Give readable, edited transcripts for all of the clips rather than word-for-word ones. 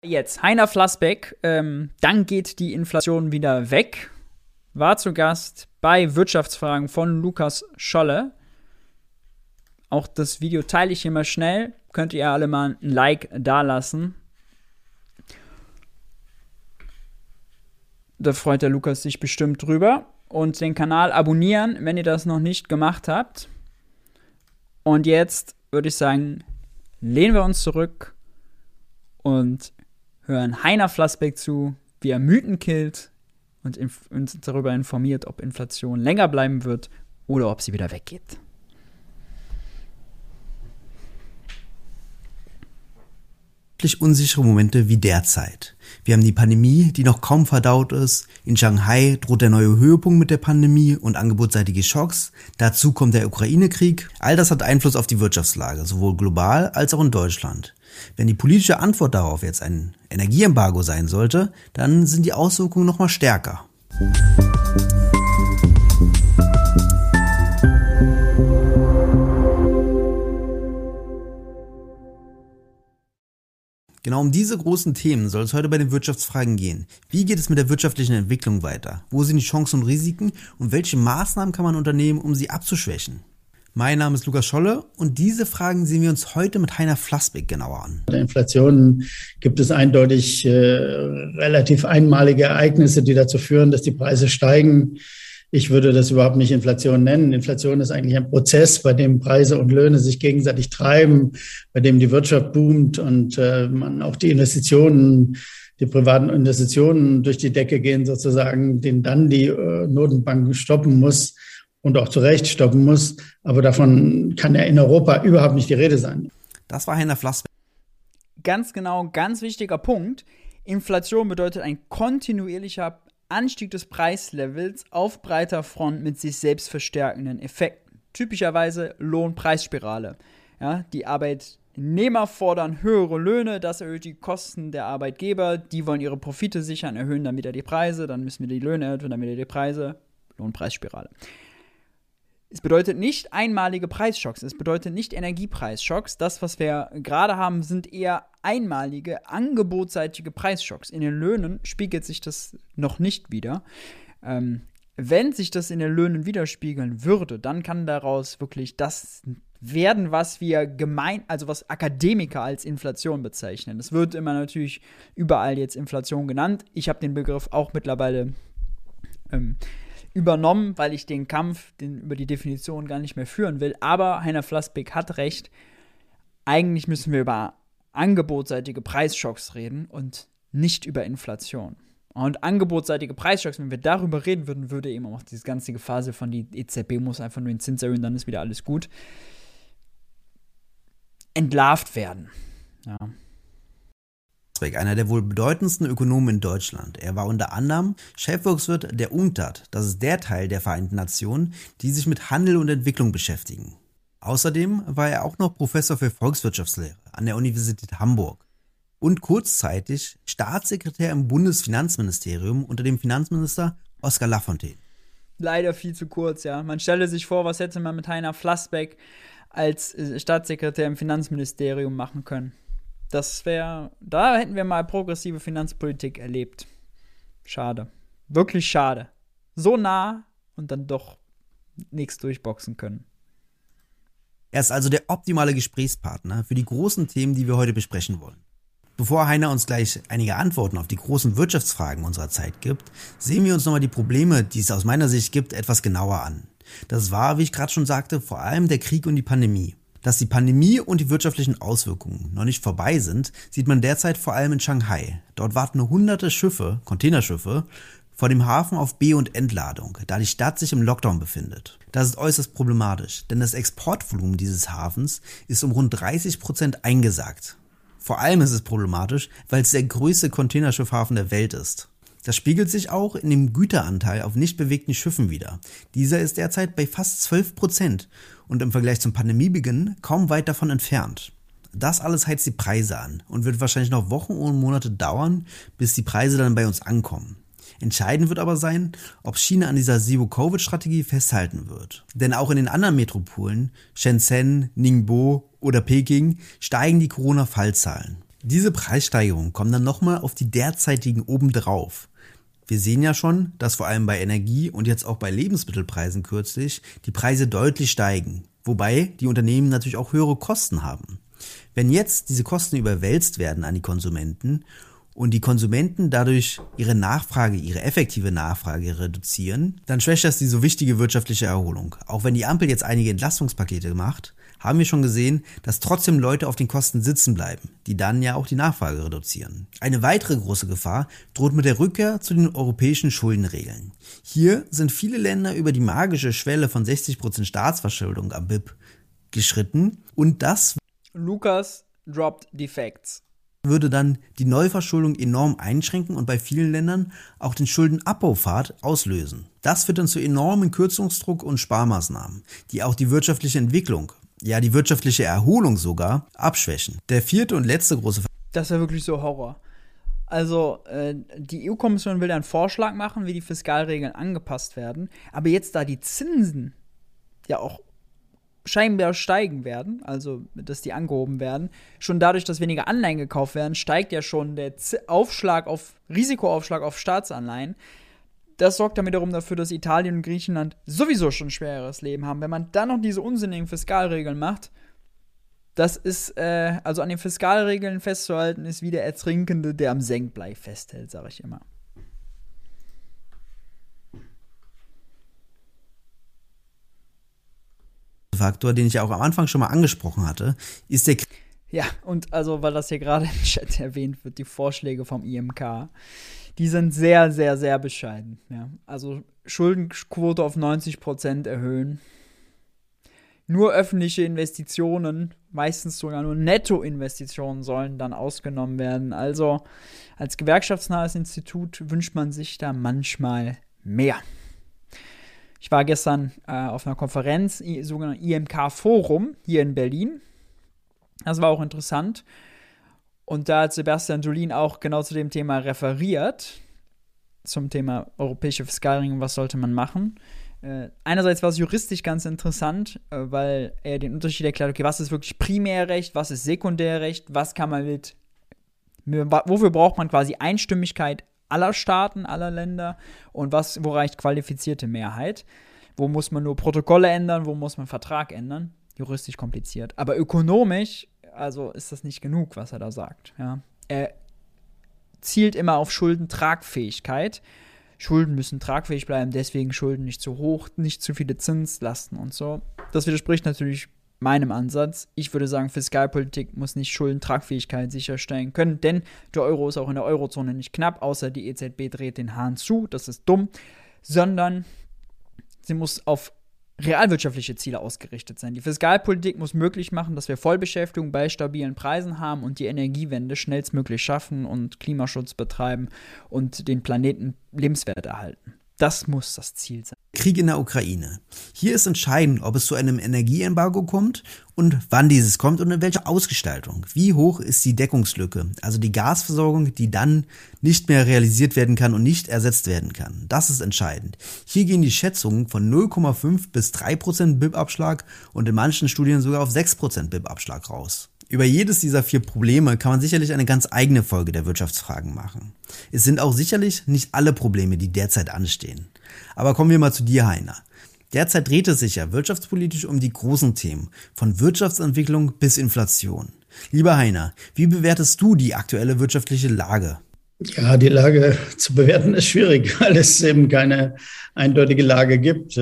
Jetzt, Heiner Flassbeck, dann geht die Inflation wieder weg. War zu Gast bei Wirtschaftsfragen von Lukas Scholle. Auch das Video teile ich hier mal schnell. Könnt ihr alle mal ein Like dalassen. Da freut der Lukas sich bestimmt drüber. Und den Kanal abonnieren, wenn ihr das noch nicht gemacht habt. Und jetzt würde ich sagen, lehnen wir uns zurück und hören Heiner Flassbeck zu, wie er Mythen killt und uns darüber informiert, ob Inflation länger bleiben wird oder ob sie wieder weggeht. Unsichere Momente wie derzeit. Wir haben die Pandemie, die noch kaum verdaut ist. In Shanghai droht der neue Höhepunkt mit der Pandemie und angebotsseitige Schocks. Dazu kommt der Ukraine-Krieg. All das hat Einfluss auf die Wirtschaftslage, sowohl global als auch in Deutschland. Wenn die politische Antwort darauf jetzt ein Energieembargo sein sollte, dann sind die Auswirkungen noch mal stärker. Genau um diese großen Themen soll es heute bei den Wirtschaftsfragen gehen. Wie geht es mit der wirtschaftlichen Entwicklung weiter? Wo sind die Chancen und Risiken? Und welche Maßnahmen kann man unternehmen, um sie abzuschwächen? Mein Name ist Lukas Scholle und diese Fragen sehen wir uns heute mit Heiner Flassbeck genauer an. Bei der Inflation gibt es eindeutig relativ einmalige Ereignisse, die dazu führen, dass die Preise steigen. Ich würde das überhaupt nicht Inflation nennen. Inflation ist eigentlich ein Prozess, bei dem Preise und Löhne sich gegenseitig treiben, bei dem die Wirtschaft boomt und man auch die Investitionen, die privaten Investitionen durch die Decke gehen sozusagen, den dann die Notenbank stoppen muss und auch zu Recht stoppen muss. Aber davon kann ja in Europa überhaupt nicht die Rede sein. Das war Heiner Flassbeck. Ganz genau, ganz wichtiger Punkt. Inflation bedeutet ein kontinuierlicher Anstieg des Preislevels auf breiter Front mit sich selbst verstärkenden Effekten. Typischerweise Lohnpreisspirale. Ja, die Arbeitnehmer fordern höhere Löhne, das erhöht die Kosten der Arbeitgeber, die wollen ihre Profite sichern, erhöhen dann wieder die Preise, dann müssen wir die Löhne erhöhen, dann wieder die Preise. Lohnpreisspirale. Es bedeutet nicht einmalige Preisschocks, es bedeutet nicht Energiepreisschocks. Das, was wir gerade haben, sind eher einmalige, angebotsseitige Preisschocks. In den Löhnen spiegelt sich das noch nicht wieder. Wenn sich das in den Löhnen widerspiegeln würde, dann kann daraus wirklich das werden, was wir was Akademiker als Inflation bezeichnen. Es wird immer natürlich überall jetzt Inflation genannt. Ich habe den Begriff auch mittlerweile übernommen, weil ich den Kampf über die Definition gar nicht mehr führen will. Aber Heiner Flassbeck hat recht. Eigentlich müssen wir über angebotsseitige Preisschocks reden und nicht über Inflation. Und angebotsseitige Preisschocks, wenn wir darüber reden würden, würde eben auch diese ganze Phase von die EZB muss einfach nur den Zins erhöhen, dann ist wieder alles gut, entlarvt werden. Ja. Einer der wohl bedeutendsten Ökonomen in Deutschland. Er war unter anderem Chefvolkswirt der UNCTAD, das ist der Teil der Vereinten Nationen, die sich mit Handel und Entwicklung beschäftigen. Außerdem war er auch noch Professor für Volkswirtschaftslehre an der Universität Hamburg und kurzzeitig Staatssekretär im Bundesfinanzministerium unter dem Finanzminister Oskar Lafontaine. Leider viel zu kurz, ja. Man stelle sich vor, was hätte man mit Heiner Flassbeck als Staatssekretär im Finanzministerium machen können. Da hätten wir mal progressive Finanzpolitik erlebt. Schade. Wirklich schade. So nah und dann doch nichts durchboxen können. Er ist also der optimale Gesprächspartner für die großen Themen, die wir heute besprechen wollen. Bevor Heiner uns gleich einige Antworten auf die großen Wirtschaftsfragen unserer Zeit gibt, sehen wir uns nochmal die Probleme, die es aus meiner Sicht gibt, etwas genauer an. Das war, wie ich gerade schon sagte, vor allem der Krieg und die Pandemie. Dass die Pandemie und die wirtschaftlichen Auswirkungen noch nicht vorbei sind, sieht man derzeit vor allem in Shanghai. Dort warten hunderte Schiffe, Containerschiffe, vor dem Hafen auf B- und Entladung, da die Stadt sich im Lockdown befindet. Das ist äußerst problematisch, denn das Exportvolumen dieses Hafens ist um rund 30% eingesackt. Vor allem ist es problematisch, weil es der größte Containerschiffhafen der Welt ist. Das spiegelt sich auch in dem Güteranteil auf nicht bewegten Schiffen wider. Dieser ist derzeit bei fast 12% und im Vergleich zum Pandemiebeginn kaum weit davon entfernt. Das alles heizt die Preise an und wird wahrscheinlich noch Wochen und Monate dauern, bis die Preise dann bei uns ankommen. Entscheidend wird aber sein, ob China an dieser Zero-Covid-Strategie festhalten wird. Denn auch in den anderen Metropolen, Shenzhen, Ningbo oder Peking, steigen die Corona-Fallzahlen. Diese Preissteigerungen kommen dann nochmal auf die derzeitigen obendrauf. Wir sehen ja schon, dass vor allem bei Energie und jetzt auch bei Lebensmittelpreisen kürzlich die Preise deutlich steigen, wobei die Unternehmen natürlich auch höhere Kosten haben. Wenn jetzt diese Kosten überwälzt werden an die Konsumenten und die Konsumenten dadurch ihre effektive Nachfrage reduzieren, dann schwächt das die so wichtige wirtschaftliche Erholung. Auch wenn die Ampel jetzt einige Entlastungspakete macht, haben wir schon gesehen, dass trotzdem Leute auf den Kosten sitzen bleiben, die dann ja auch die Nachfrage reduzieren. Eine weitere große Gefahr droht mit der Rückkehr zu den europäischen Schuldenregeln. Hier sind viele Länder über die magische Schwelle von 60% Staatsverschuldung am BIP geschritten und das Lukas droppt die Facts. Würde dann die Neuverschuldung enorm einschränken und bei vielen Ländern auch den Schuldenabbaupfad auslösen. Das führt dann zu enormen Kürzungsdruck und Sparmaßnahmen, die auch die wirtschaftliche Entwicklung, ja die wirtschaftliche Erholung sogar, abschwächen. Der vierte und letzte große Das ist ja wirklich so Horror. Also, die EU-Kommission will einen Vorschlag machen, wie die Fiskalregeln angepasst werden. Aber jetzt, da die Zinsen ja auch scheinbar steigen werden, also dass die angehoben werden, schon dadurch, dass weniger Anleihen gekauft werden, steigt ja schon der Risikoaufschlag auf Staatsanleihen. Das sorgt dann wiederum dafür, dass Italien und Griechenland sowieso schon ein schwereres Leben haben. Wenn man dann noch diese unsinnigen Fiskalregeln macht, das ist, also an den Fiskalregeln festzuhalten, ist wie der Ertrinkende, der am Senkblei festhält, sage ich immer. Faktor, den ich ja auch am Anfang schon mal angesprochen hatte, ist der Ja, und also, weil das hier gerade im Chat erwähnt wird, die Vorschläge vom IMK, die sind sehr, sehr, sehr bescheiden. Ja. Also Schuldenquote auf 90% erhöhen. Nur öffentliche Investitionen, meistens sogar nur Nettoinvestitionen, sollen dann ausgenommen werden. Also als gewerkschaftsnahes Institut wünscht man sich da manchmal mehr. Ich war gestern auf einer Konferenz, sogenannten IMK-Forum, hier in Berlin. Das war auch interessant. Und da hat Sebastian Dolin auch genau zu dem Thema referiert, zum Thema europäische Fiskalregeln, was sollte man machen. Einerseits war es juristisch ganz interessant, weil er den Unterschied erklärt, okay, was ist wirklich Primärrecht, was ist Sekundärrecht, was kann man wofür braucht man quasi Einstimmigkeit aller Staaten, aller Länder und wo reicht qualifizierte Mehrheit? Wo muss man nur Protokolle ändern, wo muss man Vertrag ändern? Juristisch kompliziert. Aber ökonomisch, also ist das nicht genug, was er da sagt. Ja. Er zielt immer auf Schuldentragfähigkeit. Schulden müssen tragfähig bleiben, deswegen Schulden nicht zu hoch, nicht zu viele Zinslasten und so. Das widerspricht natürlich meinem Ansatz. Ich würde sagen, Fiskalpolitik muss nicht Schuldentragfähigkeit sicherstellen können, denn der Euro ist auch in der Eurozone nicht knapp, außer die EZB dreht den Hahn zu, das ist dumm, sondern sie muss auf realwirtschaftliche Ziele ausgerichtet sein. Die Fiskalpolitik muss möglich machen, dass wir Vollbeschäftigung bei stabilen Preisen haben und die Energiewende schnellstmöglich schaffen und Klimaschutz betreiben und den Planeten lebenswert erhalten. Das muss das Ziel sein. Krieg in der Ukraine. Hier ist entscheidend, ob es zu einem Energieembargo kommt und wann dieses kommt und in welcher Ausgestaltung. Wie hoch ist die Deckungslücke, also die Gasversorgung, die dann nicht mehr realisiert werden kann und nicht ersetzt werden kann. Das ist entscheidend. Hier gehen die Schätzungen von 0,5 bis 3% BIP-Abschlag und in manchen Studien sogar auf 6% BIP-Abschlag raus. Über jedes dieser 4 Probleme kann man sicherlich eine ganz eigene Folge der Wirtschaftsfragen machen. Es sind auch sicherlich nicht alle Probleme, die derzeit anstehen. Aber kommen wir mal zu dir, Heiner. Derzeit dreht es sich ja wirtschaftspolitisch um die großen Themen, von Wirtschaftsentwicklung bis Inflation. Lieber Heiner, wie bewertest du die aktuelle wirtschaftliche Lage? Ja, die Lage zu bewerten ist schwierig, weil es eben keine eindeutige Lage gibt.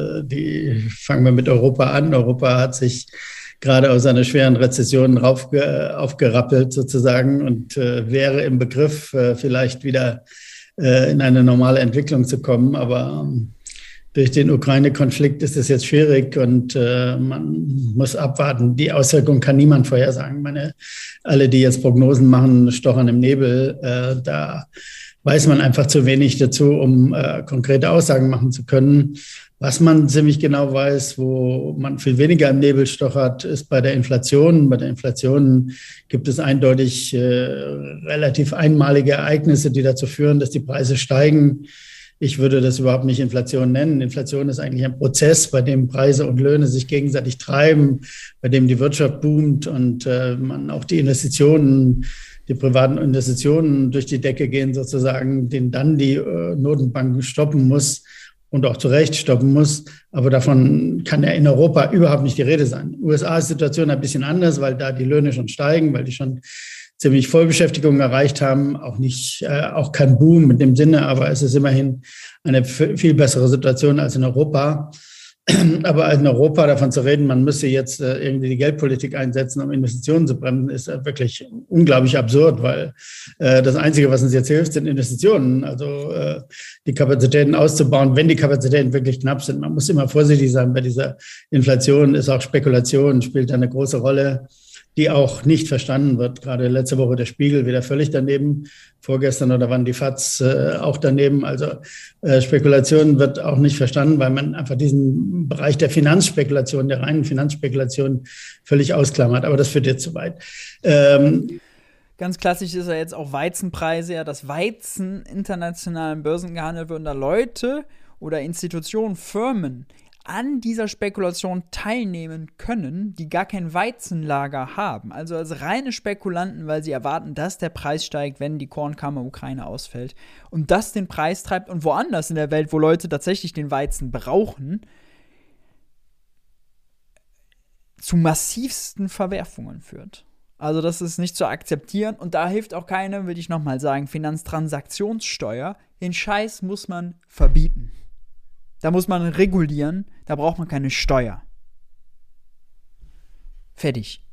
Fangen wir mit Europa an. Europa hat sich gerade aus einer schweren Rezession aufgerappelt sozusagen und wäre im Begriff, vielleicht wieder in eine normale Entwicklung zu kommen. Aber durch den Ukraine-Konflikt ist es jetzt schwierig und man muss abwarten. Die Auswirkungen kann niemand vorhersagen. Ich meine, alle, die jetzt Prognosen machen, stochern im Nebel. Da weiß man einfach zu wenig dazu, um konkrete Aussagen machen zu können. Was man ziemlich genau weiß, wo man viel weniger im Nebel stochert, ist bei der Inflation. Bei der Inflation gibt es eindeutig relativ einmalige Ereignisse, die dazu führen, dass die Preise steigen. Ich würde das überhaupt nicht Inflation nennen. Inflation ist eigentlich ein Prozess, bei dem Preise und Löhne sich gegenseitig treiben, bei dem die Wirtschaft boomt und man auch die privaten Investitionen durch die Decke gehen sozusagen, den dann die Notenbank stoppen muss und auch zu Recht stoppen muss. Aber davon kann ja in Europa überhaupt nicht die Rede sein. In den USA ist die Situation ein bisschen anders, weil da die Löhne schon steigen, weil die schon ziemlich Vollbeschäftigung erreicht haben, auch kein Boom in dem Sinne, aber es ist immerhin eine viel bessere Situation als in Europa. Aber in Europa davon zu reden, man müsse jetzt irgendwie die Geldpolitik einsetzen, um Investitionen zu bremsen, ist wirklich unglaublich absurd, weil das Einzige, was uns jetzt hilft, sind Investitionen, also die Kapazitäten auszubauen, wenn die Kapazitäten wirklich knapp sind. Man muss immer vorsichtig sein bei dieser Inflation, ist auch Spekulation, spielt eine große Rolle, die auch nicht verstanden wird. Gerade letzte Woche der Spiegel wieder völlig daneben, vorgestern oder wann die FAZ auch daneben. Also Spekulation wird auch nicht verstanden, weil man einfach diesen Bereich der Finanzspekulation, der reinen Finanzspekulation völlig ausklammert. Aber das führt jetzt zu weit. Ganz klassisch ist ja jetzt auch Weizenpreise, ja, dass Weizen internationalen Börsen gehandelt wird und da Leute oder Institutionen, Firmen an dieser Spekulation teilnehmen können, die gar kein Weizenlager haben. Also als reine Spekulanten, weil sie erwarten, dass der Preis steigt, wenn die Kornkammer Ukraine ausfällt. Und das den Preis treibt und woanders in der Welt, wo Leute tatsächlich den Weizen brauchen, zu massivsten Verwerfungen führt. Also das ist nicht zu akzeptieren und da hilft auch keine, will ich nochmal sagen, Finanztransaktionssteuer. Den Scheiß muss man verbieten. Da muss man regulieren, da braucht man keine Steuer. Fertig.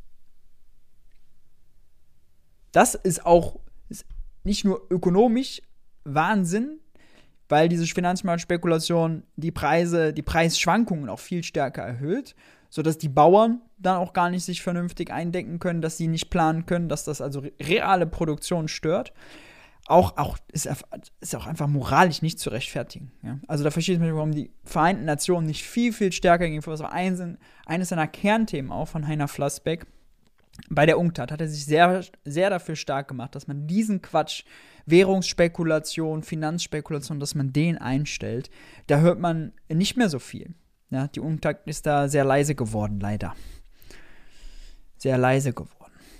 Das ist auch nicht nur ökonomisch Wahnsinn, weil diese Finanzmarktspekulation die Preisschwankungen auch viel stärker erhöht, sodass die Bauern dann auch gar nicht sich vernünftig eindecken können, dass sie nicht planen können, dass das also reale Produktion stört. Ist auch einfach moralisch nicht zu rechtfertigen. Ja? Also da versteht man, warum die Vereinten Nationen nicht viel, viel stärker gegen vor. Das war eines seiner Kernthemen auch von Heiner Flassbeck. Bei der UNCTAD hat er sich sehr, sehr dafür stark gemacht, dass man diesen Quatsch, Währungsspekulation, Finanzspekulation, dass man den einstellt. Da hört man nicht mehr so viel. Ja? Die UNCTAD ist da sehr leise geworden, leider. Sehr leise geworden.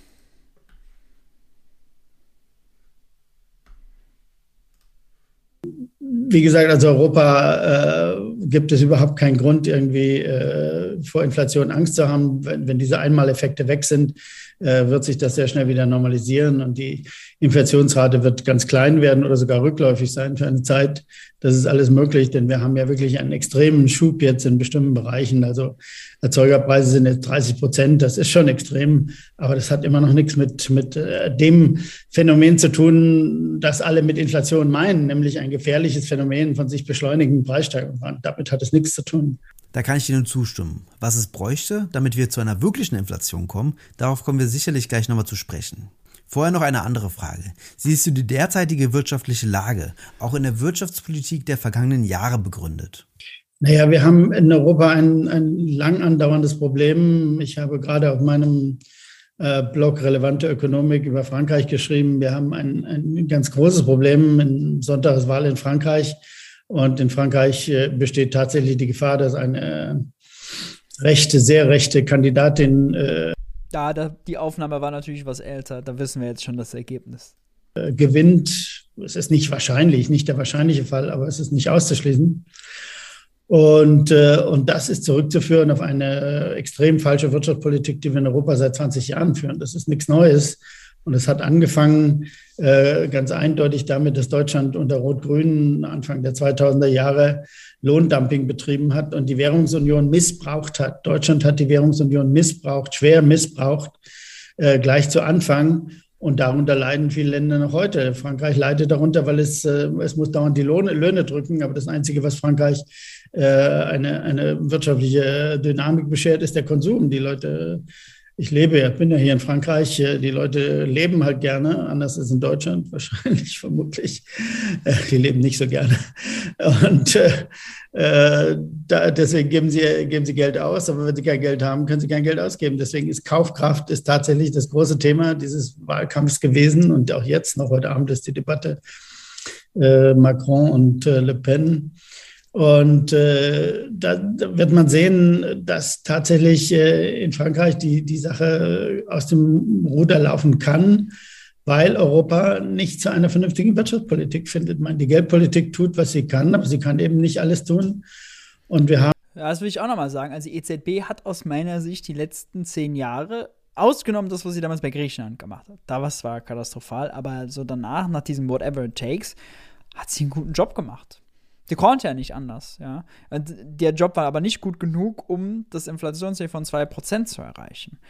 Wie gesagt, also Europa gibt es überhaupt keinen Grund, irgendwie vor Inflation Angst zu haben. Wenn diese Einmaleffekte weg sind, wird sich das sehr schnell wieder normalisieren und die Inflationsrate wird ganz klein werden oder sogar rückläufig sein für eine Zeit. Das ist alles möglich, denn wir haben ja wirklich einen extremen Schub jetzt in bestimmten Bereichen. Also Erzeugerpreise sind jetzt 30%, das ist schon extrem, aber das hat immer noch nichts mit dem Phänomen zu tun, das alle mit Inflation meinen, nämlich ein gefährliches Phänomen von sich beschleunigenden Preissteigerungen. Damit hat es nichts zu tun. Da kann ich dir nur zustimmen. Was es bräuchte, damit wir zu einer wirklichen Inflation kommen, darauf kommen wir sicherlich gleich nochmal zu sprechen. Vorher noch eine andere Frage. Siehst du die derzeitige wirtschaftliche Lage auch in der Wirtschaftspolitik der vergangenen Jahre begründet? Naja, wir haben in Europa ein lang andauerndes Problem. Ich habe gerade auf meinem Blog Relevante Ökonomik über Frankreich geschrieben. Wir haben ein ganz großes Problem. Am Sonntag ist Wahl in Frankreich. Und in Frankreich besteht tatsächlich die Gefahr, dass eine sehr rechte Kandidatin die Aufnahme war natürlich was älter. Da wissen wir jetzt schon das Ergebnis. Gewinnt. Es ist nicht wahrscheinlich, nicht der wahrscheinliche Fall, aber es ist nicht auszuschließen. Und das ist zurückzuführen auf eine extrem falsche Wirtschaftspolitik, die wir in Europa seit 20 Jahren führen. Das ist nichts Neues. Und es hat angefangen ganz eindeutig damit, dass Deutschland unter Rot-Grün Anfang der 2000er Jahre Lohndumping betrieben hat und die Währungsunion missbraucht hat. Deutschland hat die Währungsunion missbraucht, schwer missbraucht, gleich zu Anfang. Und darunter leiden viele Länder noch heute. Frankreich leidet darunter, weil es muss dauernd die Löhne drücken. Aber das Einzige, was Frankreich eine wirtschaftliche Dynamik beschert, ist der Konsum. Die Leute, ich bin ja hier in Frankreich, die Leute leben halt gerne, anders als in Deutschland wahrscheinlich, vermutlich. Die leben nicht so gerne. Und deswegen geben sie Geld aus, aber wenn sie kein Geld haben, können sie kein Geld ausgeben. Deswegen ist Kaufkraft tatsächlich das große Thema dieses Wahlkampfs gewesen und auch jetzt, noch heute Abend ist die Debatte Macron und Le Pen. Und da wird man sehen, dass tatsächlich in Frankreich die Sache aus dem Ruder laufen kann, weil Europa nicht zu einer vernünftigen Wirtschaftspolitik findet. Die Geldpolitik tut, was sie kann, aber sie kann eben nicht alles tun. Und wir haben. Ja, das will ich auch nochmal sagen. Also die EZB hat aus meiner Sicht die letzten 10 Jahre, ausgenommen das, was sie damals bei Griechenland gemacht hat, da war es zwar katastrophal, aber so danach, nach diesem Whatever it takes, hat sie einen guten Job gemacht. Die konnte ja nicht anders, ja. Und der Job war aber nicht gut genug, um das Inflationsziel von 2% zu erreichen.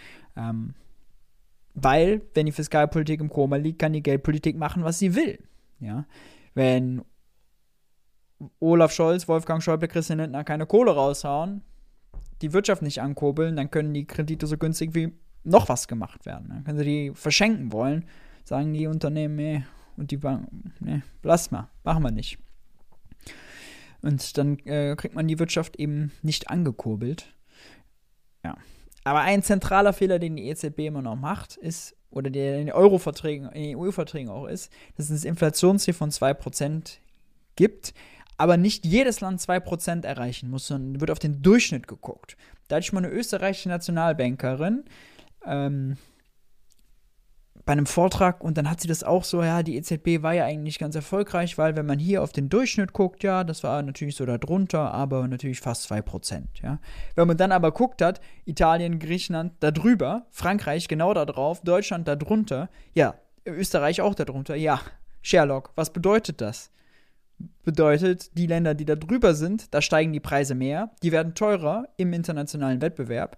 Weil, wenn die Fiskalpolitik im Koma liegt, kann die Geldpolitik machen, was sie will. Ja? Wenn Olaf Scholz, Wolfgang Schäuble, Christian Lindner keine Kohle raushauen, die Wirtschaft nicht ankurbeln, dann können die Kredite so günstig wie noch was gemacht werden. Dann können sie die verschenken wollen, sagen die Unternehmen, nee, und die Banken, nee, lass mal, machen wir nicht. Und dann kriegt man die Wirtschaft eben nicht angekurbelt. Ja. Aber ein zentraler Fehler, den die EZB immer noch macht, ist, oder der in den Euro-Verträgen, in den EU-Verträgen auch ist, dass es ein Inflationsziel von 2% gibt, aber nicht jedes Land 2% erreichen muss, sondern wird auf den Durchschnitt geguckt. Da hatte ich mal eine österreichische Nationalbankerin bei einem Vortrag und dann hat sie das auch so, ja, die EZB war ja eigentlich ganz erfolgreich, weil wenn man hier auf den Durchschnitt guckt, ja, das war natürlich so da drunter, aber natürlich fast 2%, ja. Wenn man dann aber guckt hat, Italien, Griechenland da drüber, Frankreich genau da drauf, Deutschland da drunter, ja, Österreich auch da drunter, ja, Sherlock, was bedeutet das? Bedeutet, die Länder, die da drüber sind, da steigen die Preise mehr, die werden teurer im internationalen Wettbewerb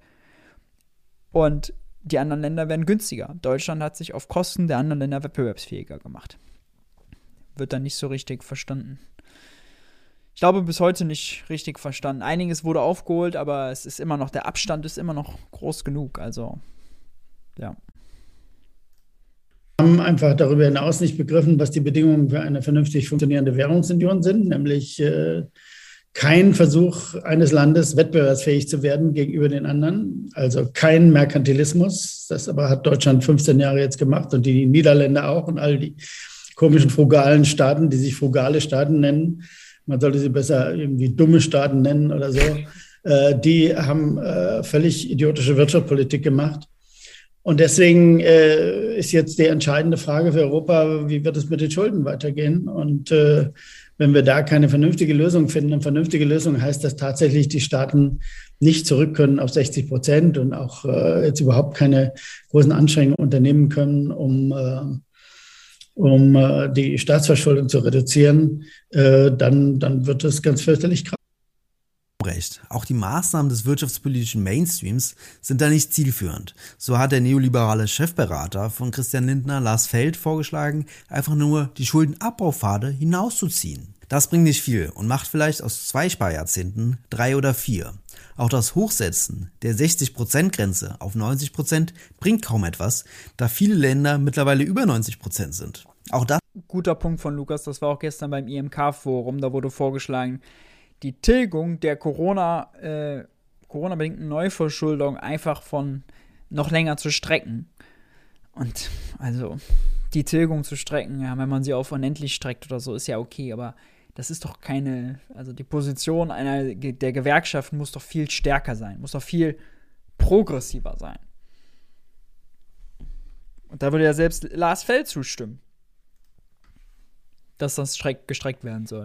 und die anderen Länder werden günstiger. Deutschland hat sich auf Kosten der anderen Länder wettbewerbsfähiger gemacht. Wird dann nicht so richtig verstanden. Ich glaube, bis heute nicht richtig verstanden. Einiges wurde aufgeholt, aber es ist immer noch, der Abstand ist immer noch groß genug. Also, ja. Wir haben einfach darüber hinaus nicht begriffen, was die Bedingungen für eine vernünftig funktionierende Währungsunion sind, nämlich kein Versuch eines Landes, wettbewerbsfähig zu werden gegenüber den anderen, also kein Merkantilismus. Das aber hat Deutschland 15 Jahre jetzt gemacht und die Niederländer auch und all die komischen frugalen Staaten, die sich frugale Staaten nennen. Man sollte sie besser irgendwie dumme Staaten nennen oder so. Die haben völlig idiotische Wirtschaftspolitik gemacht. Und deswegen ist jetzt die entscheidende Frage für Europa, wie wird es mit den Schulden weitergehen? Und wenn wir da keine vernünftige Lösung finden, eine vernünftige Lösung heißt, dass tatsächlich die Staaten nicht zurück können auf 60% und auch jetzt überhaupt keine großen Anstrengungen unternehmen können, um die Staatsverschuldung zu reduzieren, dann wird es ganz fürchterlich krass. Recht. Auch die Maßnahmen des wirtschaftspolitischen Mainstreams sind da nicht zielführend. So hat der neoliberale Chefberater von Christian Lindner, Lars Feld, vorgeschlagen, einfach nur die Schuldenabbaupfade hinauszuziehen. Das bringt nicht viel und macht vielleicht aus 2 Sparjahrzehnten 3 oder 4. Auch das Hochsetzen der 60%-Grenze auf 90% bringt kaum etwas, da viele Länder mittlerweile über 90% sind. Auch das. Guter Punkt von Lukas, das war auch gestern beim IMK-Forum, da wurde vorgeschlagen, die Tilgung der Corona-bedingten Neuverschuldung einfach von noch länger zu strecken. Und also die Tilgung zu strecken, ja, wenn man sie auf unendlich streckt oder so, ist ja okay, aber das ist doch keine, also die Position der Gewerkschaften muss doch viel stärker sein, muss doch viel progressiver sein. Und da würde ja selbst Lars Feld zustimmen, dass das gestreckt werden soll.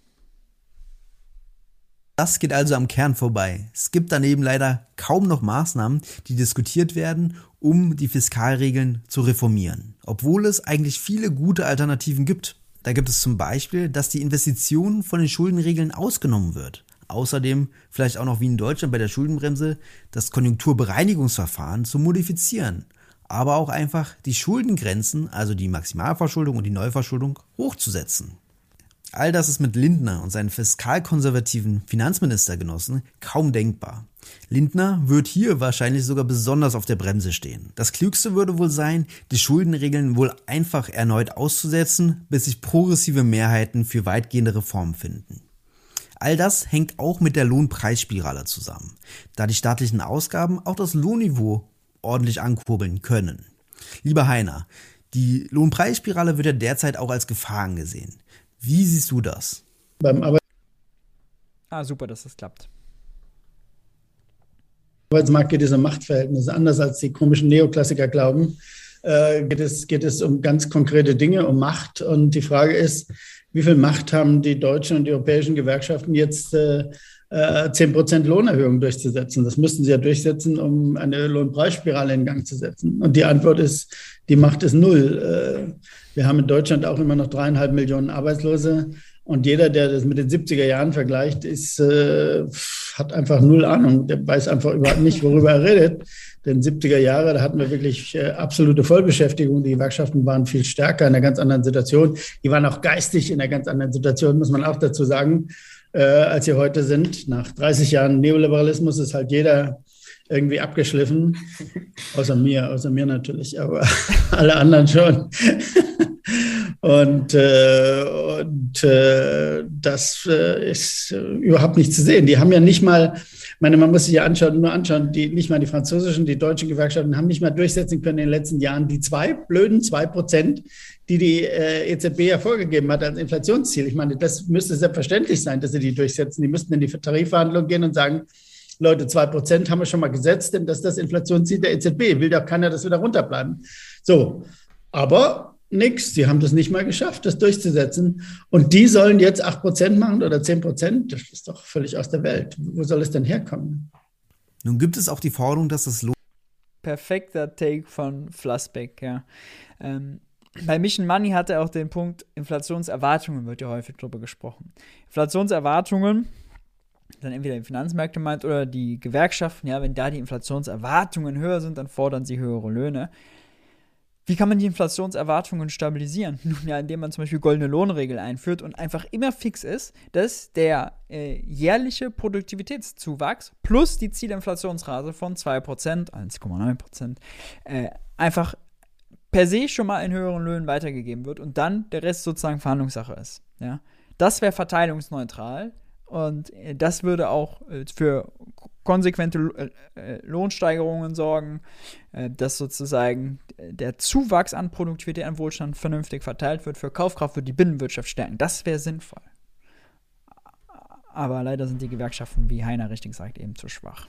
Das geht also am Kern vorbei. Es gibt daneben leider kaum noch Maßnahmen, die diskutiert werden, um die Fiskalregeln zu reformieren. Obwohl es eigentlich viele gute Alternativen gibt. Da gibt es zum Beispiel, dass die Investitionen von den Schuldenregeln ausgenommen wird. Außerdem vielleicht auch noch wie in Deutschland bei der Schuldenbremse das Konjunkturbereinigungsverfahren zu modifizieren. Aber auch einfach die Schuldengrenzen, also die Maximalverschuldung und die Neuverschuldung, hochzusetzen. All das ist mit Lindner und seinen fiskalkonservativen Finanzministergenossen kaum denkbar. Lindner wird hier wahrscheinlich sogar besonders auf der Bremse stehen. Das Klügste würde wohl sein, die Schuldenregeln wohl einfach erneut auszusetzen, bis sich progressive Mehrheiten für weitgehende Reformen finden. All das hängt auch mit der Lohnpreisspirale zusammen, da die staatlichen Ausgaben auch das Lohnniveau ordentlich ankurbeln können. Lieber Heiner, die Lohnpreisspirale wird ja derzeit auch als Gefahr angesehen. Wie siehst du das? Beim Super, dass das klappt. Arbeitsmarkt geht es um Machtverhältnisse, anders als die komischen Neoklassiker glauben. Geht es um ganz konkrete Dinge, um Macht. Und die Frage ist, wie viel Macht haben die deutschen und die europäischen Gewerkschaften jetzt 10% Lohnerhöhung durchzusetzen? Das müssten sie ja durchsetzen, um eine Lohnpreisspirale in Gang zu setzen. Und die Antwort ist, die Macht ist null. Wir haben in Deutschland auch immer noch 3,5 Millionen Arbeitslose. Und jeder, der das mit den 70er Jahren vergleicht, hat einfach null Ahnung. Der weiß einfach überhaupt nicht, worüber er redet. Denn 70er Jahre, da hatten wir wirklich absolute Vollbeschäftigung. Die Gewerkschaften waren viel stärker in einer ganz anderen Situation. Die waren auch geistig in einer ganz anderen Situation, muss man auch dazu sagen, als sie heute sind. Nach 30 Jahren Neoliberalismus ist halt jeder irgendwie abgeschliffen. Außer mir natürlich, aber alle anderen schon. Und das ist überhaupt nicht zu sehen. Die haben ja nicht mal, man muss sich ja nur anschauen, nicht mal die französischen, die deutschen Gewerkschaften haben nicht mal durchsetzen können in den letzten Jahren die 2%, die EZB ja vorgegeben hat als Inflationsziel. Ich meine, das müsste selbstverständlich sein, dass sie die durchsetzen. Die müssten in die Tarifverhandlungen gehen und sagen, Leute, 2% haben wir schon mal gesetzt, denn das ist das Inflationsziel der EZB. Will doch keiner, dass wir da runterbleiben. So, aber nix, die haben das nicht mal geschafft, das durchzusetzen. Und die sollen jetzt 8% machen oder 10%. Das ist doch völlig aus der Welt. Wo soll es denn herkommen? Nun gibt es auch die Forderung, dass das Perfekter Take von Flassbeck, ja. Bei Mission Money hat er auch den Punkt, Inflationserwartungen wird ja häufig drüber gesprochen. Inflationserwartungen, dann entweder die Finanzmärkte meint oder die Gewerkschaften, ja, wenn da die Inflationserwartungen höher sind, dann fordern sie höhere Löhne. Wie kann man die Inflationserwartungen stabilisieren? Nun ja, indem man zum Beispiel goldene Lohnregel einführt und einfach immer fix ist, dass der jährliche Produktivitätszuwachs plus die Zielinflationsrate von 2%, 1,9%, einfach per se schon mal in höheren Löhnen weitergegeben wird und dann der Rest sozusagen Verhandlungssache ist. Ja? Das wäre verteilungsneutral und das würde auch für konsequente Lohnsteigerungen sorgen, dass sozusagen der Zuwachs an Produktivität, an Wohlstand vernünftig verteilt wird, für Kaufkraft wird die Binnenwirtschaft stärken. Das wäre sinnvoll. Aber leider sind die Gewerkschaften, wie Heiner richtig sagt, eben zu schwach.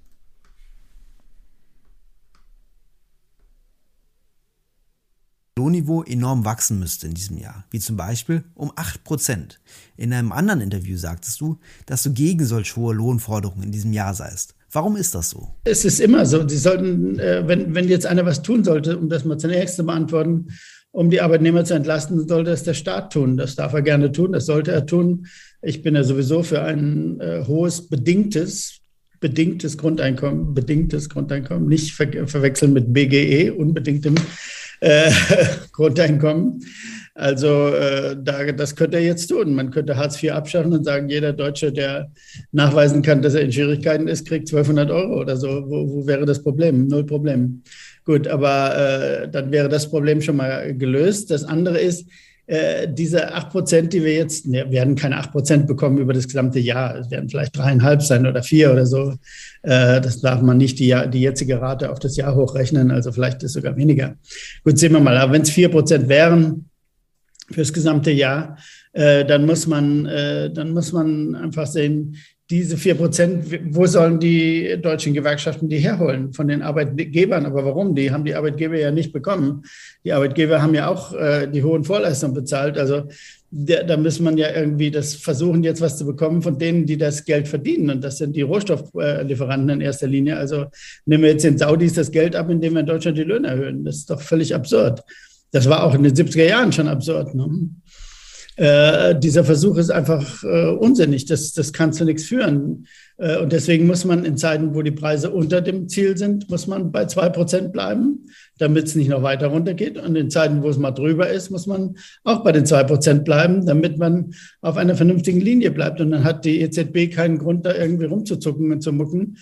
Lohnniveau enorm wachsen müsste in diesem Jahr, wie zum Beispiel um 8%. In einem anderen Interview sagtest du, dass du gegen solch hohe Lohnforderungen in diesem Jahr seist. Warum ist das so? Es ist immer so. Sie sollten, wenn jetzt einer was tun sollte, um das mal zunächst zu beantworten, um die Arbeitnehmer zu entlasten, sollte es der Staat tun. Das darf er gerne tun, das sollte er tun. Ich bin ja sowieso für ein hohes bedingtes Grundeinkommen, nicht verwechseln mit BGE, unbedingtem Grundeinkommen. Also das könnte er jetzt tun. Man könnte Hartz IV abschaffen und sagen, jeder Deutsche, der nachweisen kann, dass er in Schwierigkeiten ist, kriegt 1.200 Euro oder so. Wo wäre das Problem? Null Problem. Gut, aber dann wäre das Problem schon mal gelöst. Das andere ist, diese 8%, die wir jetzt, werden keine 8% bekommen über das gesamte Jahr. Es werden vielleicht 3,5 sein oder 4 oder so. Das darf man nicht die jetzige Rate auf das Jahr hochrechnen. Also vielleicht ist es sogar weniger. Gut, sehen wir mal. Aber wenn es 4% wären fürs gesamte Jahr, dann muss man einfach sehen, diese 4%, wo sollen die deutschen Gewerkschaften die herholen? Von den Arbeitgebern. Aber warum? Die haben die Arbeitgeber ja nicht bekommen. Die Arbeitgeber haben ja auch die hohen Vorleistungen bezahlt. Also da muss man ja irgendwie das versuchen, jetzt was zu bekommen von denen, die das Geld verdienen. Und das sind die Rohstofflieferanten in erster Linie. Also nehmen wir jetzt den Saudis das Geld ab, indem wir in Deutschland die Löhne erhöhen. Das ist doch völlig absurd. Das war auch in den 70er Jahren schon absurd. Ne? Dieser Versuch ist einfach unsinnig. Das kann zu nichts führen. Und deswegen muss man in Zeiten, wo die Preise unter dem Ziel sind, muss man bei 2% bleiben, damit es nicht noch weiter runtergeht. Und in Zeiten, wo es mal drüber ist, muss man auch bei den 2% bleiben, damit man auf einer vernünftigen Linie bleibt. Und dann hat die EZB keinen Grund, da irgendwie rumzuzucken und zu mucken.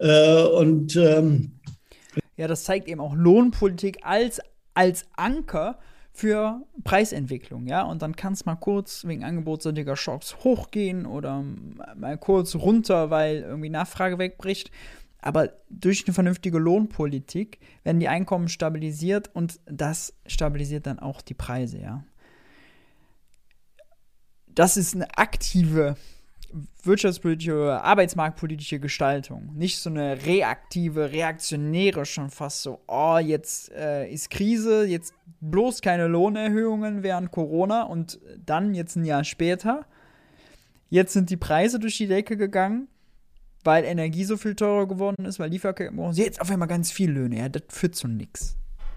Ja, das zeigt eben auch Lohnpolitik als Anker für Preisentwicklung, ja, und dann kann es mal kurz wegen angebotsseitiger Schocks hochgehen oder mal kurz runter, weil irgendwie Nachfrage wegbricht, aber durch eine vernünftige Lohnpolitik werden die Einkommen stabilisiert und das stabilisiert dann auch die Preise, ja. das ist eine aktive wirtschaftspolitische oder arbeitsmarktpolitische Gestaltung. Nicht so eine reaktive, reaktionäre, schon fast so, oh, jetzt ist Krise, jetzt bloß keine Lohnerhöhungen während Corona und dann jetzt ein Jahr später. Jetzt sind die Preise durch die Decke gegangen, weil Energie so viel teurer geworden ist, weil Lieferketten brauchen. Jetzt auf einmal ganz viel Löhne. Ja, das führt zu nichts.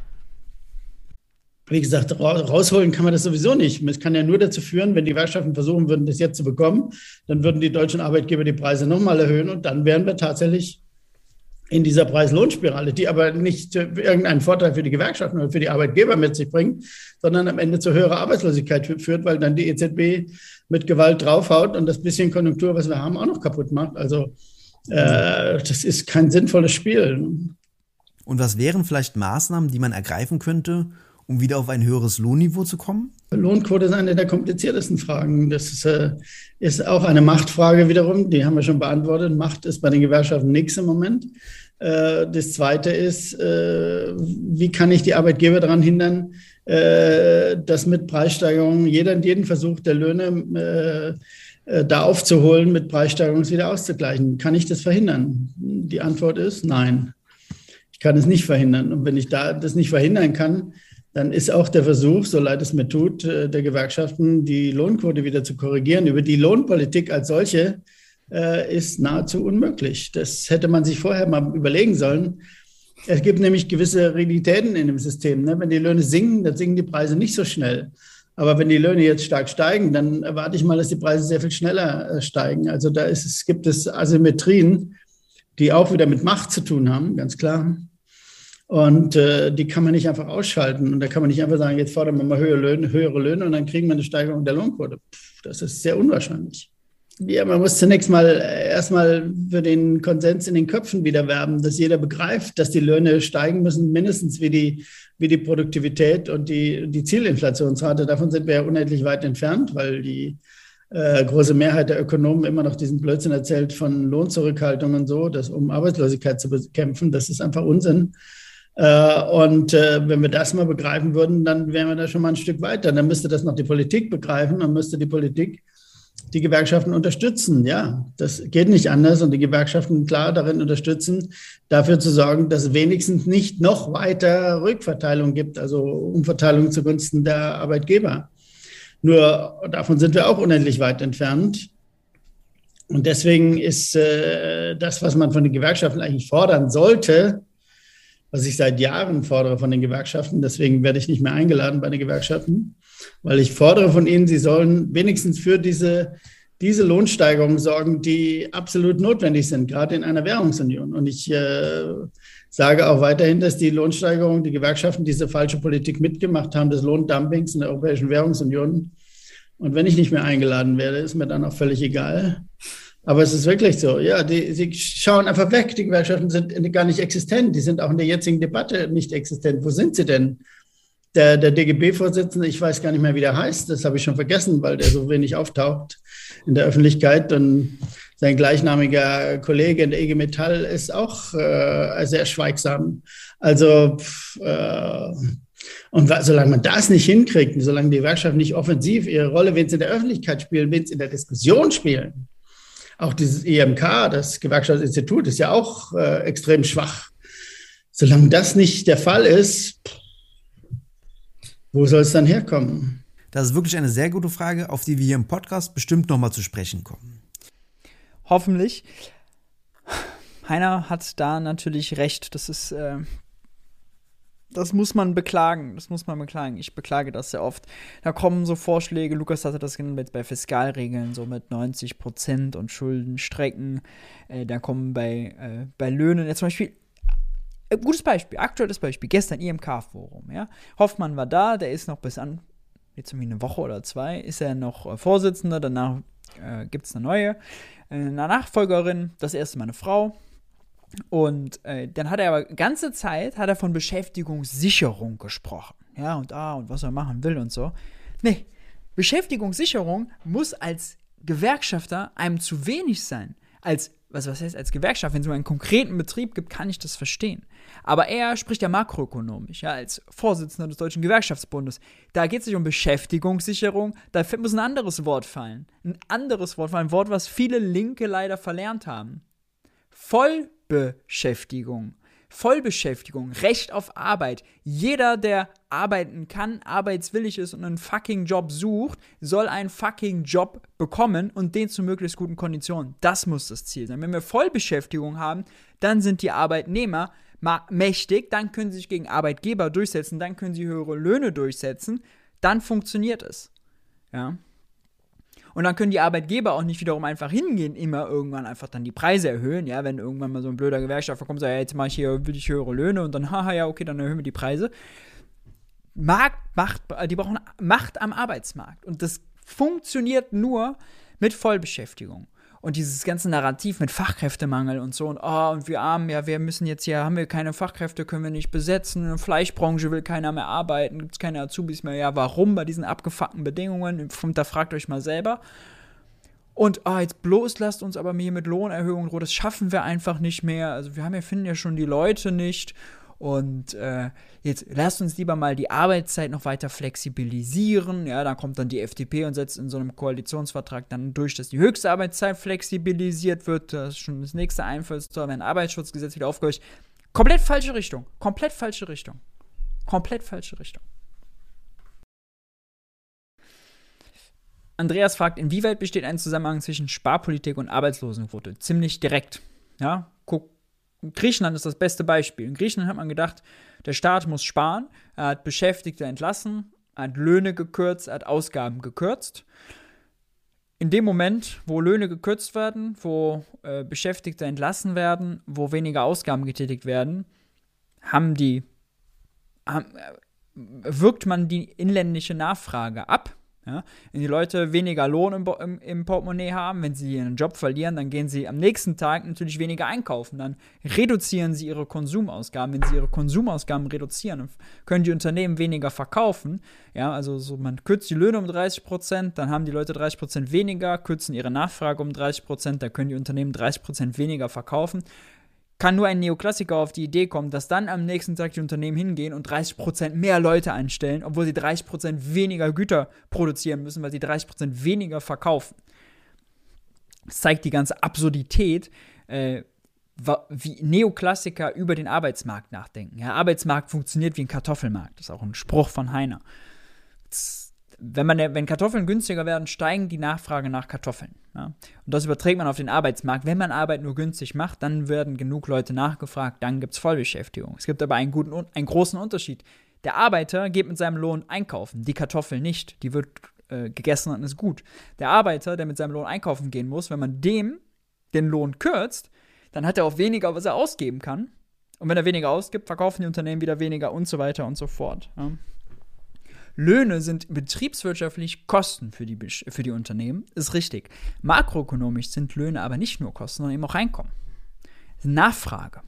Wie gesagt, rausholen kann man das sowieso nicht. Es kann ja nur dazu führen, wenn die Gewerkschaften versuchen würden, das jetzt zu bekommen, dann würden die deutschen Arbeitgeber die Preise nochmal erhöhen und dann wären wir tatsächlich in dieser Preis-Lohn-Spirale, die aber nicht irgendeinen Vorteil für die Gewerkschaften oder für die Arbeitgeber mit sich bringt, sondern am Ende zu höherer Arbeitslosigkeit führt, weil dann die EZB mit Gewalt draufhaut und das bisschen Konjunktur, was wir haben, auch noch kaputt macht. Also das ist kein sinnvolles Spiel. Und was wären vielleicht Maßnahmen, die man ergreifen könnte, um wieder auf ein höheres Lohnniveau zu kommen? Lohnquote ist eine der kompliziertesten Fragen. Das ist auch eine Machtfrage wiederum, die haben wir schon beantwortet. Macht ist bei den Gewerkschaften nichts im Moment. Das Zweite ist, wie kann ich die Arbeitgeber daran hindern, dass mit Preissteigerungen jeden Versuch der Löhne da aufzuholen, mit Preissteigerungen wieder auszugleichen. Kann ich das verhindern? Die Antwort ist nein. Ich kann es nicht verhindern. Und wenn ich das nicht verhindern kann, dann ist auch der Versuch, so leid es mir tut, der Gewerkschaften, die Lohnquote wieder zu korrigieren, über die Lohnpolitik als solche, ist nahezu unmöglich. Das hätte man sich vorher mal überlegen sollen. Es gibt nämlich gewisse Realitäten in dem System. Ne? Wenn die Löhne sinken, dann sinken die Preise nicht so schnell. Aber wenn die Löhne jetzt stark steigen, dann erwarte ich mal, dass die Preise sehr viel schneller steigen. Also gibt es Asymmetrien, die auch wieder mit Macht zu tun haben, ganz klar. Und die kann man nicht einfach ausschalten. Und da kann man nicht einfach sagen, jetzt fordern wir mal höhere Löhne und dann kriegen wir eine Steigerung der Lohnquote. Das ist sehr unwahrscheinlich. Ja, man muss zunächst mal erstmal für den Konsens in den Köpfen wieder werben, dass jeder begreift, dass die Löhne steigen müssen, mindestens wie die Produktivität und die Zielinflationsrate. Davon sind wir ja unendlich weit entfernt, weil die große Mehrheit der Ökonomen immer noch diesen Blödsinn erzählt von Lohnzurückhaltung und so, um Arbeitslosigkeit zu bekämpfen. Das ist einfach Unsinn. Wenn wir das mal begreifen würden, dann wären wir da schon mal ein Stück weiter. Dann müsste das noch die Politik begreifen, dann müsste die Politik die Gewerkschaften unterstützen. Ja, das geht nicht anders und die Gewerkschaften klar darin unterstützen, dafür zu sorgen, dass es wenigstens nicht noch weiter Rückverteilung gibt, also Umverteilung zugunsten der Arbeitgeber. Nur davon sind wir auch unendlich weit entfernt. Und deswegen ist das, was man von den Gewerkschaften eigentlich fordern sollte, was ich seit Jahren fordere von den Gewerkschaften, deswegen werde ich nicht mehr eingeladen bei den Gewerkschaften, weil ich fordere von ihnen, sie sollen wenigstens für diese Lohnsteigerungen sorgen, die absolut notwendig sind, gerade in einer Währungsunion. Und ich sage auch weiterhin, dass die Lohnsteigerungen, die Gewerkschaften diese falsche Politik mitgemacht haben, des Lohndumpings in der Europäischen Währungsunion. Und wenn ich nicht mehr eingeladen werde, ist mir dann auch völlig egal. Aber es ist wirklich so, ja, sie schauen einfach weg. Die Gewerkschaften sind gar nicht existent. Die sind auch in der jetzigen Debatte nicht existent. Wo sind sie denn? Der DGB-Vorsitzende, ich weiß gar nicht mehr, wie der heißt, das habe ich schon vergessen, weil der so wenig auftaucht in der Öffentlichkeit. Und sein gleichnamiger Kollege in der IG Metall ist auch sehr schweigsam. Also, und solange man das nicht hinkriegt, solange die Gewerkschaften nicht offensiv ihre Rolle, wenn sie in der Öffentlichkeit spielen, wenn sie in der Diskussion spielen, auch dieses EMK, das Gewerkschaftsinstitut, ist ja auch extrem schwach. Solange das nicht der Fall ist, wo soll es dann herkommen? Das ist wirklich eine sehr gute Frage, auf die wir hier im Podcast bestimmt nochmal zu sprechen kommen. Hoffentlich. Heiner hat da natürlich recht. Das muss man beklagen. Ich beklage das sehr oft. Da kommen so Vorschläge, Lukas hatte das genannt, bei Fiskalregeln, so mit 90% und Schuldenstrecken. Da kommen bei Löhnen, ja, zum Beispiel, gutes Beispiel, aktuelles Beispiel, gestern IMK-Forum, ja. Hoffmann war da, der ist noch jetzt irgendwie eine Woche oder 2, ist er noch Vorsitzender, danach gibt es eine Nachfolgerin, das erste Mal eine Frau. Und dann hat er aber ganze Zeit von Beschäftigungssicherung gesprochen. Ja, und was er machen will und so. Nee, Beschäftigungssicherung muss als Gewerkschafter einem zu wenig sein. Als was heißt als Gewerkschaft, wenn es um einen konkreten Betrieb gibt, kann ich das verstehen. Aber er spricht ja makroökonomisch, ja, als Vorsitzender des Deutschen Gewerkschaftsbundes. Da geht es nicht um Beschäftigungssicherung, da muss ein anderes Wort fallen. Ein Wort, was viele Linke leider verlernt haben. Vollbeschäftigung, Recht auf Arbeit. Jeder, der arbeiten kann, arbeitswillig ist und einen fucking Job sucht, soll einen fucking Job bekommen und den zu möglichst guten Konditionen. Das muss das Ziel sein. Wenn wir Vollbeschäftigung haben, dann sind die Arbeitnehmer mächtig, dann können sie sich gegen Arbeitgeber durchsetzen, dann können sie höhere Löhne durchsetzen, dann funktioniert es. Ja. Und dann können die Arbeitgeber auch nicht wiederum einfach hingehen, immer irgendwann einfach dann die Preise erhöhen, ja, wenn irgendwann mal so ein blöder Gewerkschafter kommt und sagt, ja, jetzt will ich höhere Löhne und dann, haha, ja, okay, dann erhöhen wir die Preise. Die brauchen Macht am Arbeitsmarkt und das funktioniert nur mit Vollbeschäftigung. Und dieses ganze Narrativ mit Fachkräftemangel und so und wir Armen, ja, wir müssen jetzt hier, haben wir keine Fachkräfte, können wir nicht besetzen, in der Fleischbranche will keiner mehr arbeiten, gibt es keine Azubis mehr, ja, warum bei diesen abgefuckten Bedingungen? Da fragt euch mal selber. Und jetzt bloß lasst uns aber hier mit Lohnerhöhungen drohen, das schaffen wir einfach nicht mehr, also finden ja schon die Leute nicht. Und jetzt lasst uns lieber mal die Arbeitszeit noch weiter flexibilisieren. Ja, dann kommt dann die FDP und setzt in so einem Koalitionsvertrag dann durch, dass die höchste Arbeitszeit flexibilisiert wird. Das ist schon das nächste Einfallstor, wenn ein Arbeitsschutzgesetz wieder aufgehört. Komplett falsche Richtung. Andreas fragt, inwieweit besteht ein Zusammenhang zwischen Sparpolitik und Arbeitslosenquote? Ziemlich direkt. Ja, Griechenland ist das beste Beispiel. In Griechenland hat man gedacht, der Staat muss sparen, er hat Beschäftigte entlassen, er hat Löhne gekürzt, er hat Ausgaben gekürzt. In dem Moment, wo Löhne gekürzt werden, wo Beschäftigte entlassen werden, wo weniger Ausgaben getätigt werden, wirkt man die inländische Nachfrage ab. Ja, wenn die Leute weniger Lohn im Portemonnaie haben, wenn sie ihren Job verlieren, dann gehen sie am nächsten Tag natürlich weniger einkaufen. Dann reduzieren sie ihre Konsumausgaben. Wenn sie ihre Konsumausgaben reduzieren, können die Unternehmen weniger verkaufen. Ja, also man kürzt die Löhne um 30%, dann haben die Leute 30% weniger, kürzen ihre Nachfrage um 30%, dann können die Unternehmen 30% weniger verkaufen. Kann nur ein Neoklassiker auf die Idee kommen, dass dann am nächsten Tag die Unternehmen hingehen und 30% mehr Leute einstellen, obwohl sie 30% weniger Güter produzieren müssen, weil sie 30% weniger verkaufen. Das zeigt die ganze Absurdität, wie Neoklassiker über den Arbeitsmarkt nachdenken. Ja, Arbeitsmarkt funktioniert wie ein Kartoffelmarkt. Das ist auch ein Spruch von Heiner. Wenn Kartoffeln günstiger werden, steigen die Nachfrage nach Kartoffeln. Ja? Und das überträgt man auf den Arbeitsmarkt. Wenn man Arbeit nur günstig macht, dann werden genug Leute nachgefragt, dann gibt es Vollbeschäftigung. Es gibt aber einen großen Unterschied. Der Arbeiter geht mit seinem Lohn einkaufen, die Kartoffel nicht. Die wird gegessen und ist gut. Der Arbeiter, der mit seinem Lohn einkaufen gehen muss, wenn man dem den Lohn kürzt, dann hat er auch weniger, was er ausgeben kann. Und wenn er weniger ausgibt, verkaufen die Unternehmen wieder weniger und so weiter und so fort. Ja? Löhne sind betriebswirtschaftlich Kosten für die Unternehmen, ist richtig. Makroökonomisch sind Löhne aber nicht nur Kosten, sondern eben auch Einkommen. Nachfrage.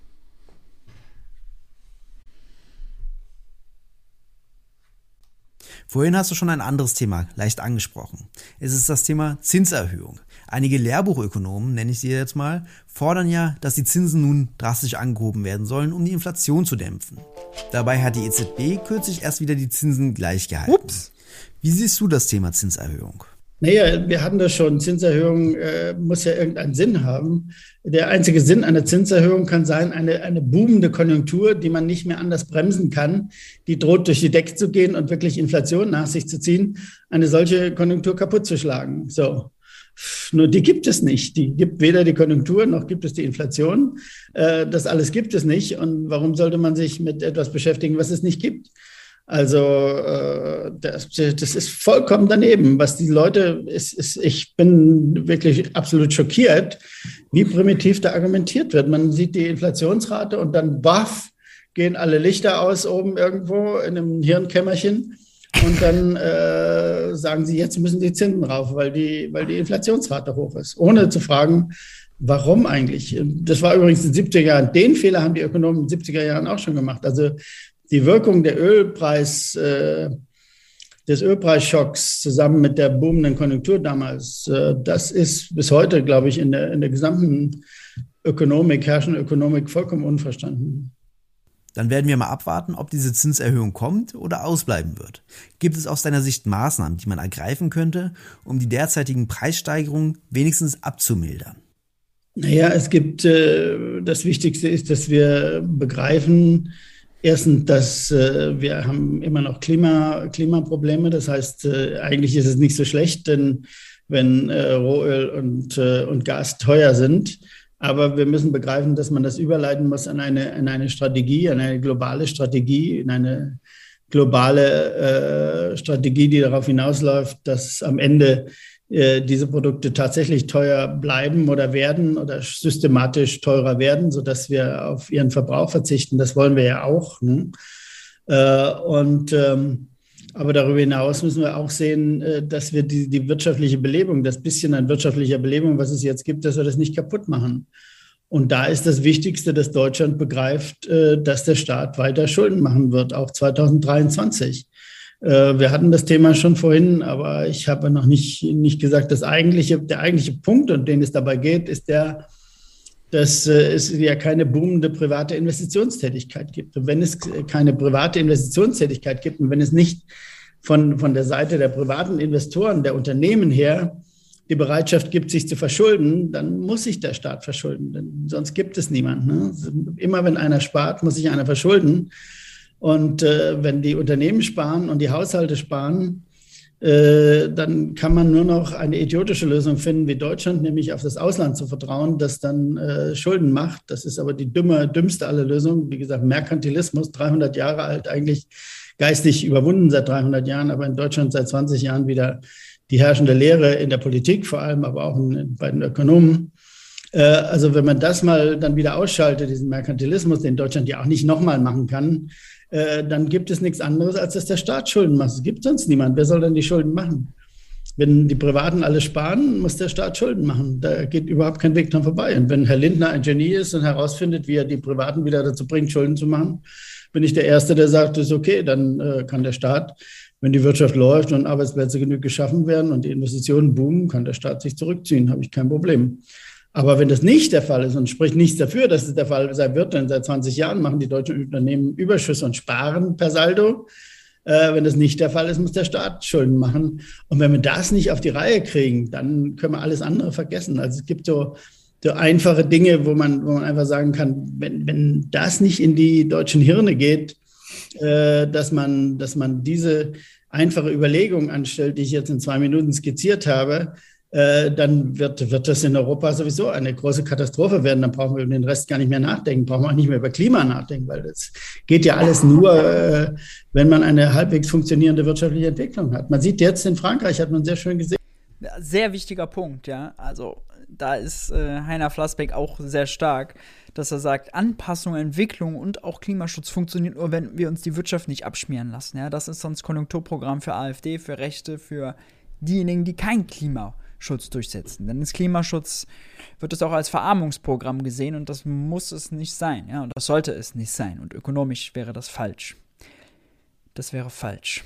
Vorhin hast du schon ein anderes Thema leicht angesprochen. Es ist das Thema Zinserhöhung. Einige Lehrbuchökonomen, nenne ich sie jetzt mal, fordern ja, dass die Zinsen nun drastisch angehoben werden sollen, um die Inflation zu dämpfen. Dabei hat die EZB kürzlich erst wieder die Zinsen gleich gehalten. Ups. Wie siehst du das Thema Zinserhöhung? Naja, wir hatten das schon. Zinserhöhung muss ja irgendeinen Sinn haben. Der einzige Sinn einer Zinserhöhung kann sein, eine boomende Konjunktur, die man nicht mehr anders bremsen kann, die droht durch die Decke zu gehen und wirklich Inflation nach sich zu ziehen, eine solche Konjunktur kaputt zu schlagen. So. Nur die gibt es nicht. Die gibt weder die Konjunktur noch gibt es die Inflation. Das alles gibt es nicht. Und warum sollte man sich mit etwas beschäftigen, was es nicht gibt? Also das ist vollkommen daneben, was die Leute, ich bin wirklich absolut schockiert, wie primitiv da argumentiert wird. Man sieht die Inflationsrate und dann baff, gehen alle Lichter aus oben irgendwo in einem Hirnkämmerchen und dann sagen sie, jetzt müssen die Zinsen rauf, weil die Inflationsrate hoch ist, ohne zu fragen, warum eigentlich. Das war übrigens in den 70er Jahren, den Fehler haben die Ökonomen in den 70er Jahren auch schon gemacht. Also die Wirkung des Ölpreisschocks zusammen mit der boomenden Konjunktur damals, das ist bis heute, glaube ich, in der gesamten Herrschende vollkommen unverstanden. Dann werden wir mal abwarten, ob diese Zinserhöhung kommt oder ausbleiben wird. Gibt es aus deiner Sicht Maßnahmen, die man ergreifen könnte, um die derzeitigen Preissteigerungen wenigstens abzumildern? Naja, es gibt, das Wichtigste ist, dass wir begreifen, erstens, dass wir haben immer noch Klimaprobleme. Das heißt, eigentlich ist es nicht so schlecht, denn wenn Rohöl und Gas teuer sind. Aber wir müssen begreifen, dass man das überleiten muss an eine Strategie, an eine globale Strategie, in eine globale Strategie, die darauf hinausläuft, dass am Ende diese Produkte tatsächlich teuer bleiben oder werden oder systematisch teurer werden, sodass wir auf ihren Verbrauch verzichten. Das wollen wir ja auch. Ne? Aber darüber hinaus müssen wir auch sehen, dass wir die wirtschaftliche Belebung, das bisschen an wirtschaftlicher Belebung, was es jetzt gibt, dass wir das nicht kaputt machen. Und da ist das Wichtigste, dass Deutschland begreift, dass der Staat weiter Schulden machen wird, auch 2023. Wir hatten das Thema schon vorhin, aber ich habe noch nicht gesagt, der eigentliche Punkt, um den es dabei geht, ist dass es ja keine boomende private Investitionstätigkeit gibt. Und wenn es keine private Investitionstätigkeit gibt und wenn es nicht von der Seite der privaten Investoren, der Unternehmen her, die Bereitschaft gibt, sich zu verschulden, dann muss sich der Staat verschulden, denn sonst gibt es niemanden. Ne? Immer wenn einer spart, muss sich einer verschulden. Und wenn die Unternehmen sparen und die Haushalte sparen, dann kann man nur noch eine idiotische Lösung finden wie Deutschland, nämlich auf das Ausland zu vertrauen, das dann Schulden macht. Das ist aber die dümmste aller Lösungen. Wie gesagt, Merkantilismus, 300 Jahre alt, eigentlich geistig überwunden seit 300 Jahren, aber in Deutschland seit 20 Jahren wieder die herrschende Lehre in der Politik, vor allem aber auch bei den Ökonomen. Also wenn man das mal dann wieder ausschaltet, diesen Merkantilismus, den Deutschland ja auch nicht nochmal machen kann, dann gibt es nichts anderes, als dass der Staat Schulden macht. Es gibt sonst niemand. Wer soll denn die Schulden machen? Wenn die Privaten alle sparen, muss der Staat Schulden machen. Da geht überhaupt kein Weg dran vorbei. Und wenn Herr Lindner ein Genie ist und herausfindet, wie er die Privaten wieder dazu bringt, Schulden zu machen, bin ich der Erste, der sagt, das ist okay, dann kann der Staat, wenn die Wirtschaft läuft und Arbeitsplätze genug geschaffen werden und die Investitionen boomen, kann der Staat sich zurückziehen, habe ich kein Problem. Aber wenn das nicht der Fall ist und spricht nichts dafür, dass es der Fall sein wird, denn seit 20 Jahren machen die deutschen Unternehmen Überschüsse und sparen per Saldo. Wenn das nicht der Fall ist, muss der Staat Schulden machen. Und wenn wir das nicht auf die Reihe kriegen, dann können wir alles andere vergessen. Also es gibt so einfache Dinge, wo man einfach sagen kann, wenn das nicht in die deutschen Hirne geht, dass man diese einfache Überlegung anstellt, die ich jetzt in 2 Minuten skizziert habe, dann wird das in Europa sowieso eine große Katastrophe werden. Dann brauchen wir über den Rest gar nicht mehr nachdenken, brauchen wir auch nicht mehr über Klima nachdenken, weil das geht ja alles nur, wenn man eine halbwegs funktionierende wirtschaftliche Entwicklung hat. Man sieht jetzt in Frankreich, hat man sehr schön gesehen. Sehr wichtiger Punkt, ja. Also da ist Heiner Flassbeck auch sehr stark, dass er sagt, Anpassung, Entwicklung und auch Klimaschutz funktioniert nur, wenn wir uns die Wirtschaft nicht abschmieren lassen. Ja? Das ist sonst Konjunkturprogramm für AfD, für Rechte, für diejenigen, die kein Klimaschutz durchsetzen. Denn das Klimaschutz wird es auch als Verarmungsprogramm gesehen und das muss es nicht sein. Ja? Und das sollte es nicht sein. Und ökonomisch wäre das falsch. Das wäre falsch.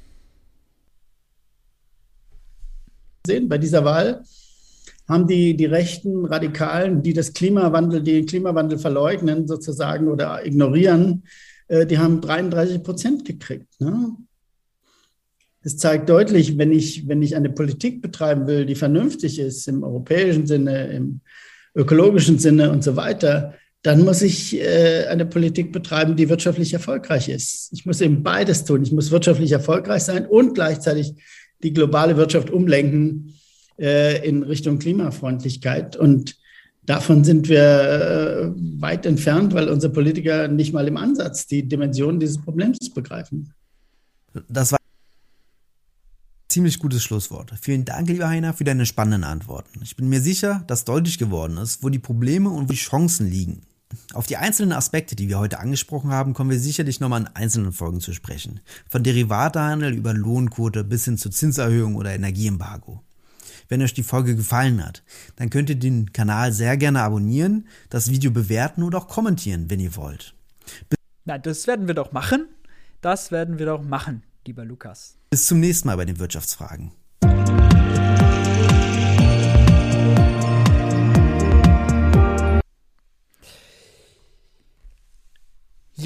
Bei dieser Wahl haben die rechten Radikalen, die den Klimawandel verleugnen sozusagen oder ignorieren, die haben 33% gekriegt. Ne? Das zeigt deutlich, wenn ich eine Politik betreiben will, die vernünftig ist, im europäischen Sinne, im ökologischen Sinne und so weiter, dann muss ich eine Politik betreiben, die wirtschaftlich erfolgreich ist. Ich muss eben beides tun. Ich muss wirtschaftlich erfolgreich sein und gleichzeitig die globale Wirtschaft umlenken in Richtung Klimafreundlichkeit. Und davon sind wir weit entfernt, weil unsere Politiker nicht mal im Ansatz die Dimension dieses Problems begreifen. Das war ein ziemlich gutes Schlusswort. Vielen Dank, lieber Heiner, für deine spannenden Antworten. Ich bin mir sicher, dass deutlich geworden ist, wo die Probleme und wo die Chancen liegen. Auf die einzelnen Aspekte, die wir heute angesprochen haben, kommen wir sicherlich nochmal in einzelnen Folgen zu sprechen. Von Derivatehandel über Lohnquote bis hin zu Zinserhöhung oder Energieembargo. Wenn euch die Folge gefallen hat, dann könnt ihr den Kanal sehr gerne abonnieren, das Video bewerten oder auch kommentieren, wenn ihr wollt. Na, das werden wir doch machen. Das werden wir doch machen, lieber Lukas. Bis zum nächsten Mal bei den Wirtschaftsfragen.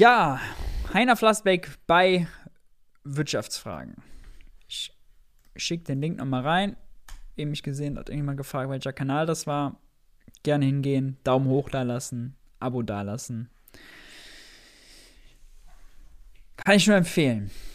Ja, Heiner Flassbeck bei Wirtschaftsfragen. Ich schicke den Link nochmal rein. Eben ich gesehen, hat irgendjemand gefragt, welcher Kanal das war. Gerne hingehen, Daumen hoch da lassen, Abo da lassen. Kann ich nur empfehlen.